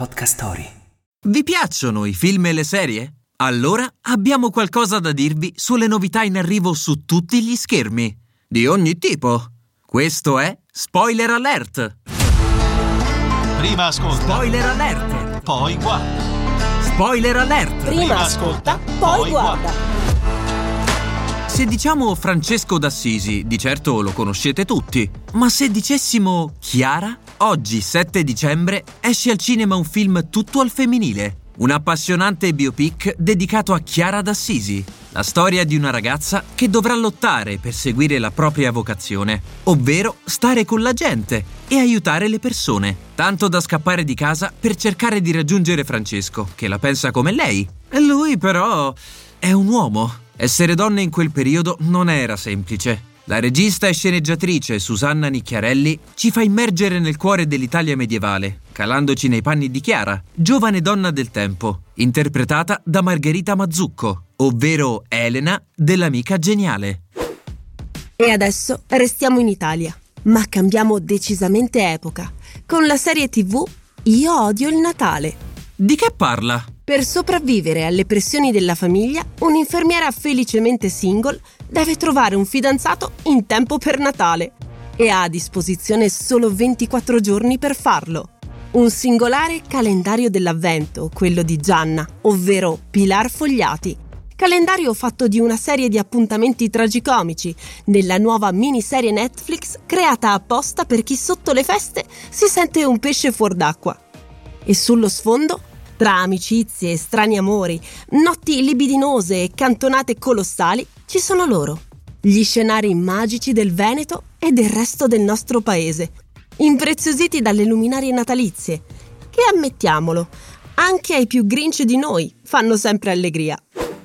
Podcast Story. Vi piacciono i film e le serie? Allora abbiamo qualcosa da dirvi sulle novità in arrivo su tutti gli schermi, di ogni tipo. Questo è Spoiler Alert! Prima ascolta, Spoiler Alert! poi guarda. Spoiler Alert! Prima ascolta, poi guarda. Se diciamo Francesco d'Assisi, di certo lo conoscete tutti. Ma se dicessimo Chiara? Oggi, 7 dicembre, esce al cinema un film tutto al femminile. Un appassionante biopic dedicato a Chiara d'Assisi. La storia di una ragazza che dovrà lottare per seguire la propria vocazione, ovvero stare con la gente e aiutare le persone. Tanto da scappare di casa per cercare di raggiungere Francesco, che la pensa come lei. E lui, però, è un uomo. Essere donna in quel periodo non era semplice. La regista e sceneggiatrice Susanna Nicchiarelli ci fa immergere nel cuore dell'Italia medievale, calandoci nei panni di Chiara, giovane donna del tempo, interpretata da Margherita Mazzucco, ovvero Elena dell'Amica Geniale. E adesso restiamo in Italia, ma cambiamo decisamente epoca, con la serie TV Io odio il Natale. Di che parla? Per sopravvivere alle pressioni della famiglia, un'infermiera felicemente single deve trovare un fidanzato in tempo per Natale e ha a disposizione solo 24 giorni per farlo. Un singolare calendario dell'avvento, quello di Gianna, ovvero Pilar Fogliati. Calendario fatto di una serie di appuntamenti tragicomici nella nuova miniserie Netflix creata apposta per chi sotto le feste si sente un pesce fuor d'acqua. E sullo sfondo, tra amicizie e strani amori, notti libidinose e cantonate colossali, ci sono loro, gli scenari magici del Veneto e del resto del nostro paese, impreziositi dalle luminarie natalizie, che ammettiamolo, anche ai più grinch di noi fanno sempre allegria.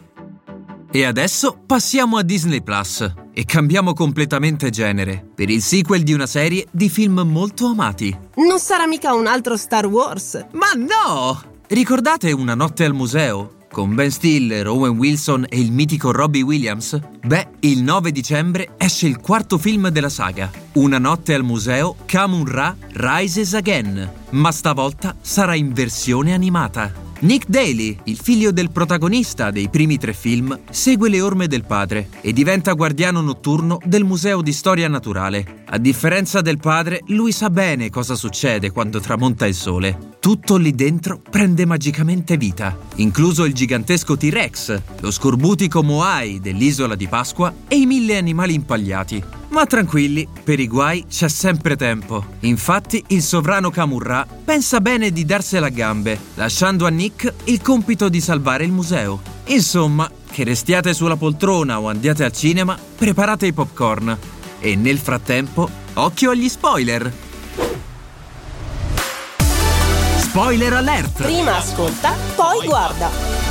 E adesso passiamo a Disney Plus e cambiamo completamente genere per il sequel di una serie di film molto amati. Non sarà mica un altro Star Wars? Ma no! Ricordate Una notte al museo? Con Ben Stiller, Owen Wilson e il mitico Robbie Williams? Beh, il 9 dicembre esce il quarto film della saga, Una notte al museo Kamun-Ra Rises Again, ma stavolta sarà in versione animata. Nick Daly, il figlio del protagonista dei primi 3 film, segue le orme del padre e diventa guardiano notturno del Museo di Storia Naturale. A differenza del padre, lui sa bene cosa succede quando tramonta il sole. Tutto lì dentro prende magicamente vita, incluso il gigantesco T-Rex, lo scorbutico Moai dell'isola di Pasqua e i 1000 animali impagliati. Ma tranquilli, per i guai c'è sempre tempo. Infatti il sovrano Kamun-Ra pensa bene di darsela a gambe, lasciando a Nick il compito di salvare il museo. Insomma, che restiate sulla poltrona o andiate al cinema, preparate i popcorn. E nel frattempo, occhio agli spoiler! Spoiler Alert! Prima ascolta, poi guarda.